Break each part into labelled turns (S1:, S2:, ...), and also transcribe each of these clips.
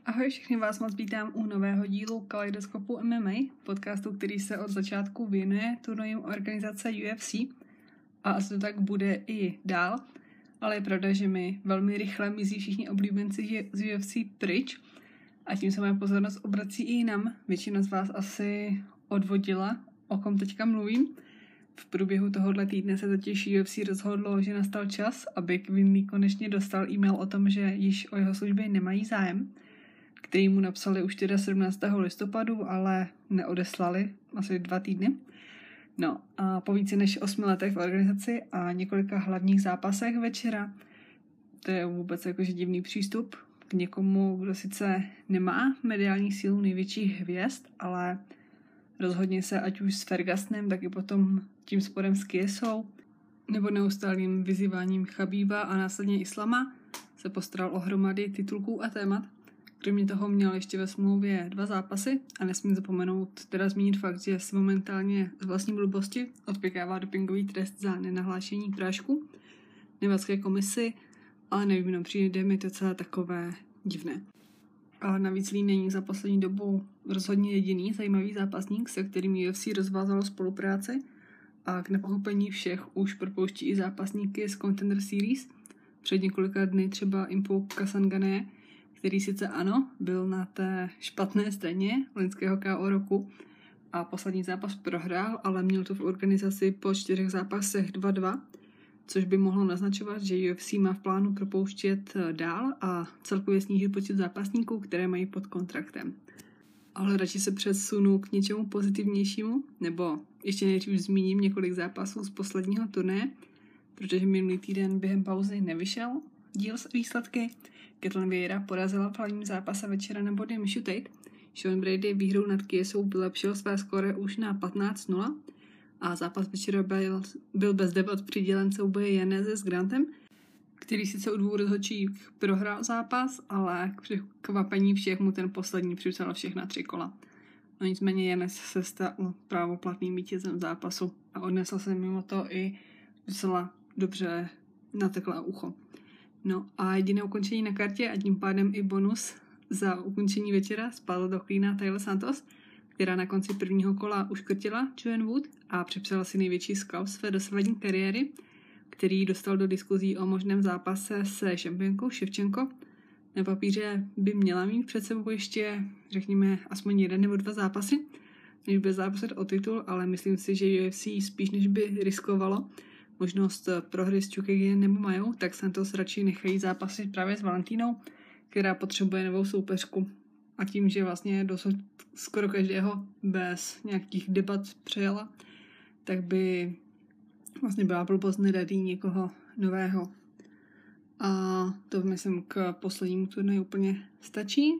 S1: Ahoj, všechny vás moc vítám u nového dílu Kaleidoskopu MMA, podcastu, který se od začátku věnuje turnajům organizace UFC a asi to tak bude i dál, ale je pravda, že mi velmi rychle mizí všichni oblíbenci z UFC pryč a tím se moje pozornost obrací i jinam. Většina z vás asi odvodila, o kom teďka mluvím. V průběhu tohohle týdne se totiž UFC rozhodlo, že nastal čas, aby Kevin Lee konečně dostal e-mail o tom, že již o jeho služby nemají zájem, který mu napsali už teda 17. listopadu, ale neodeslali asi 2 týdny. No a po více než 8 letech v organizaci a několika hlavních zápasech večera, to je vůbec jakože divný přístup k někomu, kdo sice nemá mediální sílu největších hvězd, ale rozhodně se ať už s Fergusonem, tak i potom tím sporem s Chiesou, nebo neustálým vyzýváním Chabíba a následně Islama se postaral o hromady titulků a témat. Kromě toho měl ještě ve smlouvě 2 zápasy a nesmím zapomenout teda zmínit fakt, že si momentálně z vlastní blbosti odpěkává dopingový trest za nenahlášení prášku nevadské komisi, ale nevím, no přijde mi to celé takové divné. A navíc Lee není za poslední dobu rozhodně jediný zajímavý zápasník, se kterým UFC rozvázalo spolupráci a k nepochopení všech už propouští i zápasníky z Contender Series. Před několika dny třeba Impu Kasangané, který sice ano, byl na té špatné straně loňského KO roku a poslední zápas prohrál, ale měl to v organizaci po 4 zápasech 2-2, což by mohlo naznačovat, že UFC má v plánu propouštět dál a celkově snížit počet zápasníků, které mají pod kontraktem. Ale radši se přesunu k něčemu pozitivnějšímu, nebo ještě nejdřív zmíním několik zápasů z posledního turnaje, protože minulý týden během pauzy nevyšel díl s výsledky. Ketlen Vieira porazila v hlavním zápase večera na body Mieshu Tate. Sean Brady výhrou nad Chiesou vylepšil své skóre už na 15-0 a zápas večera byl bez debat přidělen souboji Yaneze s Grantem, který sice u 2 rozhodčích prohrál zápas, ale k překvapení všech mu ten poslední připsal všechna 3 kola. No nicméně Yanez se stal právoplatným vítězem zápasu a odnesl se mimo to i docela dobře nateklé ucho. No a jediné ukončení na kartě a tím pádem i bonus za ukončení večera spadl do klína Taylor Santos, která na konci prvního kola uškrtila Joanne Wood a připsala si největší skalp své dosavadní kariéry, který dostal do diskuzí o možném zápase se šampionkou Ševčenko. Na papíře by měla mít před sebou ještě, řekněme, aspoň 1 nebo 2 zápasy, než by zápasit o titul, ale myslím si, že UFC spíš než by riskovalo možnost prohry s Chookagian nebo Majou, tak Santos radši nechají zápasit právě s Valentínou, která potřebuje novou soupeřku. A tím, že vlastně dosud skoro každého bez nějakých debat přejela, tak by vlastně byla blbost nedat někoho nového. A to myslím k poslednímu turnaji úplně stačí.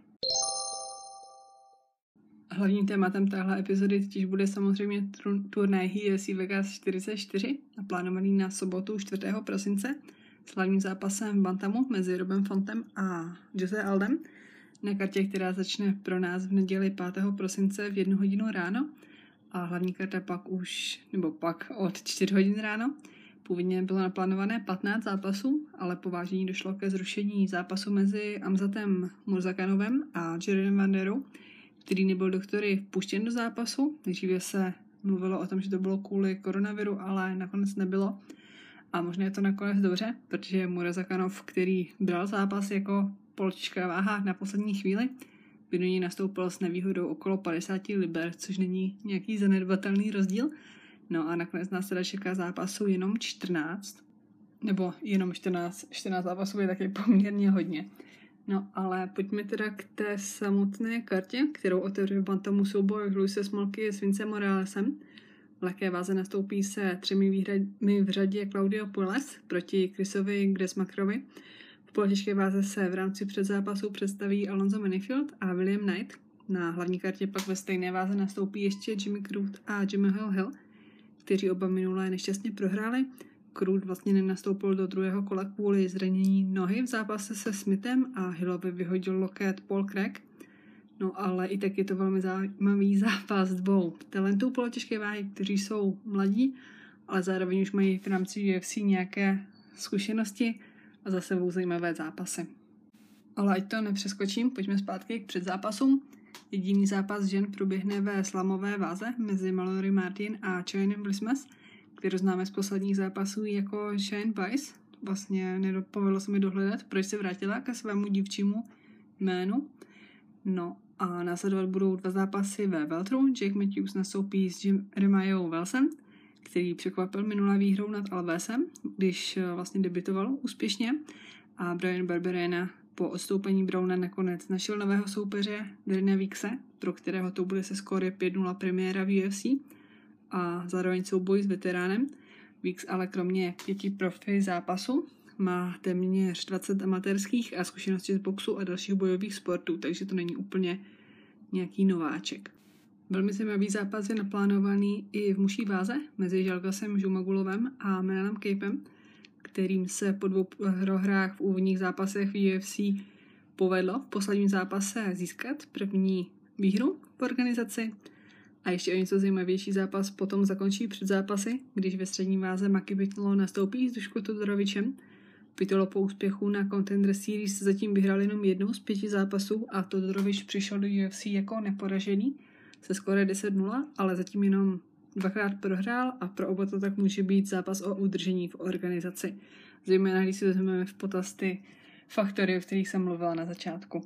S1: Hlavním tématem téhle epizody totiž bude samozřejmě turnaj UFC Vegas 44, naplánovaný na sobotu 4. prosince s hlavním zápasem v bantamu mezi Robem Fontem a Jose Aldem na kartě, která začne pro nás v neděli 5. prosince v 1 hodinu ráno a hlavní karta pak od 4 hodin ráno. Původně bylo naplánované 15 zápasů, ale po vážení došlo ke zrušení zápasu mezi Amzatem Murzakanovem a Jaredem Vanderou, který nebyl doktory vpuštěn do zápasu. Nejdříve se mluvilo o tom, že to bylo kvůli koronaviru, ale nakonec nebylo. A možná je to nakonec dobře, protože Murzakanov, který bral zápas jako polotěžká váha na poslední chvíli, by do něj nastoupil s nevýhodou okolo 50 liber, což není nějaký zanedbatelný rozdíl. No a nakonec nás teda čeká zápasu jenom 14, nebo jenom 14 zápasů je taky poměrně hodně. No, ale pojďme teda k té samotné kartě, kterou otevře v bantamu souboj Luise Smolky s Vincem Moralesem. V lehké váze nastoupí se 3 výhrami v řadě Claudio Puelles proti Chrisovi Gressmakrovi. V polotěžké váze se v rámci předzápasu představí Alonzo Menifield a William Knight. Na hlavní kartě pak ve stejné váze nastoupí ještě Jimmy Crute a Jamahal Hill, kteří oba minulé nešťastně prohráli. Crute vlastně nenastoupil do 2. kola kvůli zranění nohy v zápase se Smithem a Hillovi vyhodil loket Paul Craig. No ale i tak je to velmi zajímavý zápas 2 talentů polotěžké váhy, kteří jsou mladí, ale zároveň už mají v rámci UFC nějaké zkušenosti a za sebou zajímavé zápasy. Ale ať to nepřeskočím, pojďme zpátky k předzápasům. Jediný zápas žen proběhne ve slamové váze mezi Mallory Martin a Cheyenne Blismas, kterou známe z posledních zápasů jako Cheyenne Bice. Vlastně nedopovedlo se mi dohledat, proč se vrátila ke svému dívčímu jménu. No a následovat budou 2 zápasy ve welteru. Jake Matthews nastoupí s Jeremiahou Wellsem, který překvapil minulé výhrou nad Alvesem, když vlastně debutoval úspěšně. A Brian Barberena po odstoupení Browna nakonec našel nového soupeře Darrena Weekse, pro kterého to bude se skóre 5-0 premiéra v UFC a zároveň souboj s veteránem. Weeks ale kromě 5 profi zápasů má téměř 20 amatérských a zkušeností z boxu a dalších bojových sportů, takže to není úplně nějaký nováček. Velmi zajímavý zápas je naplánovaný i v mužší váze mezi Jalgasem Jumagulovem a Melanem Capem, kterým se po 2 prohrách v úvodních zápasech v UFC povedlo v posledním zápase získat první výhru v organizaci. A ještě o něco zajímavější zápas potom zakončí před zápasy, když ve střední váze Maki Pitolo nastoupí s Duško Todorovičem. Pitolo po úspěchu na Contender Series zatím vyhrál jenom 1 z 5 zápasů a Todorovič přišel do UFC jako neporažený se skóre 10-0, ale zatím jenom 2krát prohrál a pro oba to tak může být zápas o udržení v organizaci. Zejména když si vezmeme v potaz ty faktory, o kterých jsem mluvila na začátku.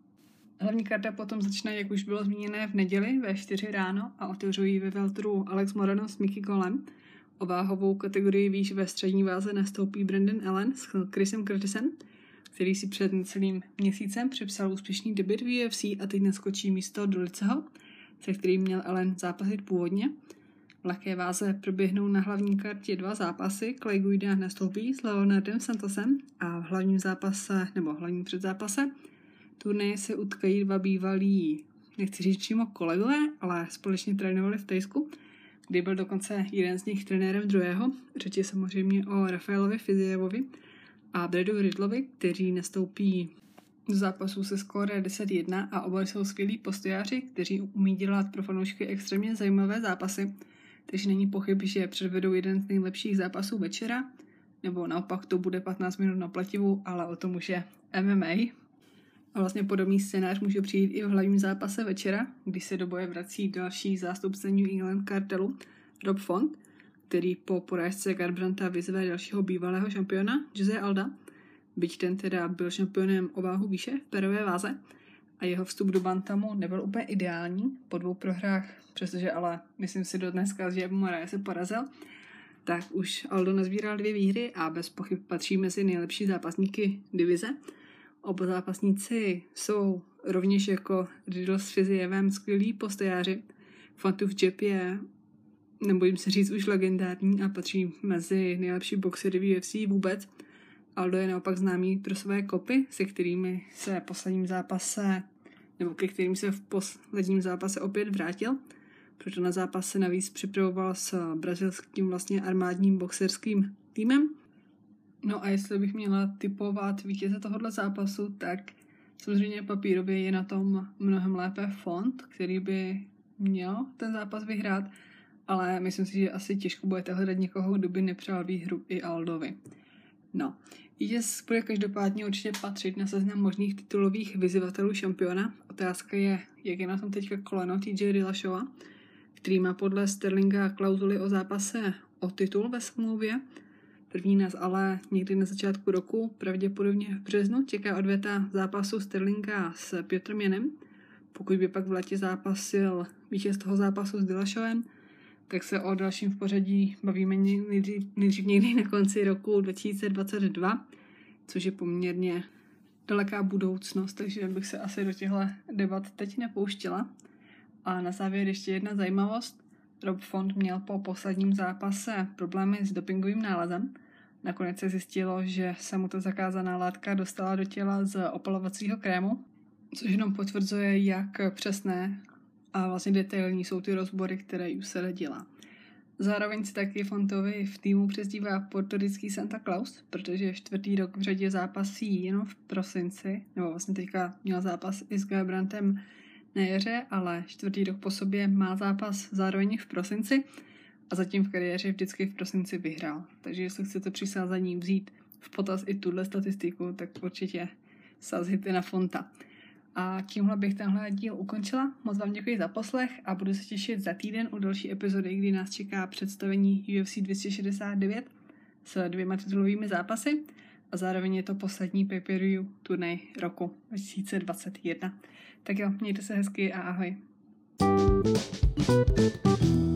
S1: Hlavní karta potom začne, jak už bylo zmíněné, v neděli ve 4 ráno a otevřují ve welteru Alex Moreno s Mickey Golem. O váhovou kategorii výš ve střední váze nastoupí Brandon Allen s Chrisem Curtisem, který si před necelým měsícem připsal úspěšný debut v UFC a teď naskočí místo Doliceho, se kterým měl Allen zápasit původně. V lehké váze proběhnou na hlavní kartě 2 zápasy. Clay Guida nastoupí s Leonardem Santosem a v hlavním zápase, nebo hlavním předzápase turnaje se utkají 2 bývalí, nechci říct přímo kolegové, ale společně trénovali v Thajsku, kdy byl dokonce jeden z nich trenérem druhého. Řeč je samozřejmě o Rafaelovi Fizievovi a Bradu Riddlovi, kteří nastoupí do zápasu se skóre 10-1 a oba jsou skvělí postojáři, kteří umí dělat pro fanoušky extrémně zajímavé zápasy, takže není pochyb, že předvedou jeden z nejlepších zápasů večera, nebo naopak to bude 15 minut na plativu, ale o tom už je MMA. A vlastně podobný scénář může přijít i v hlavním zápase večera, když se do boje vrací další zástupce New England kartelu Rob Font, který po porážce Garbrandta vyzve dalšího bývalého šampiona Jose Alda, byť ten teda byl šampionem o váhu výše v perové váze a jeho vstup do bantamu nebyl úplně ideální po 2 prohrách, přestože ale myslím si do dneska, že Moraes se porazil, tak už Aldo nazbíral 2 výhry a bez pochyb patří mezi nejlepší zápasníky divize. Oba zápasníci jsou rovněž jako Riddle s Fizievem skvělí postojáři. Fontův jab je, nebojím se říct, už legendární a patří mezi nejlepší boxery v UFC vůbec. Aldo je naopak známý pro své kopy, se kterými se v posledním zápase, nebo ke kterým se v posledním zápase opět vrátil. Proto na zápas se navíc připravoval s brazilským vlastně armádním boxerským týmem. No a jestli bych měla tipovat vítěze tohohle zápasu, tak samozřejmě papírově je na tom mnohem lépe Font, který by měl ten zápas vyhrát, ale myslím si, že asi těžko budete hledat někoho, kdo by nepřál výhru i Aldovi. No, vítěz bude každopádně určitě patřit na seznam možných titulových vyzývatelů šampiona. Otázka je, jak je na tom teďka koleno TJ Dillashawa, který má podle Sterlinga klauzuly o zápase o titul ve smlouvě. První nás ale někdy na začátku roku, pravděpodobně v březnu, čeká odveta zápasu Sterlinga s Piotrem Janem. Pokud by pak v létě zápasil vítěz toho zápasu s Dillashawem, tak se o dalším v pořadí bavíme nejdřív někdy na konci roku 2022, což je poměrně daleká budoucnost, takže bych se asi do těchto debat teď nepouštěla. A na závěr ještě jedna zajímavost. Rob Font měl po posledním zápase problémy s dopingovým nálezem. Nakonec se zjistilo, že se mu ta zakázaná látka dostala do těla z opalovacího krému, což jenom potvrzuje, jak přesné a vlastně detailní jsou ty rozbory, které USADA dělá. Zároveň si taky Fontovi v týmu přezdívá portorický Santa Claus, protože 4. rok v řadě zápasí jenom v prosinci, nebo vlastně teďka měl zápas i s Garbrandtem na jaře, ale 4. rok po sobě má zápas zároveň v prosinci a zatím v kariéře vždycky v prosinci vyhrál. Takže jestli chcete při sázení vzít v potaz i tuhle statistiku, tak určitě sazhity na Fonta. A tímhle bych tenhle díl ukončila. Moc vám děkuji za poslech a budu se těšit za týden u další epizody, kdy nás čeká představení UFC 269 s 2 titulovými zápasy a zároveň je to poslední pay-per-view turnaj roku 2021. Tak jo, mějte se hezky a ahoj.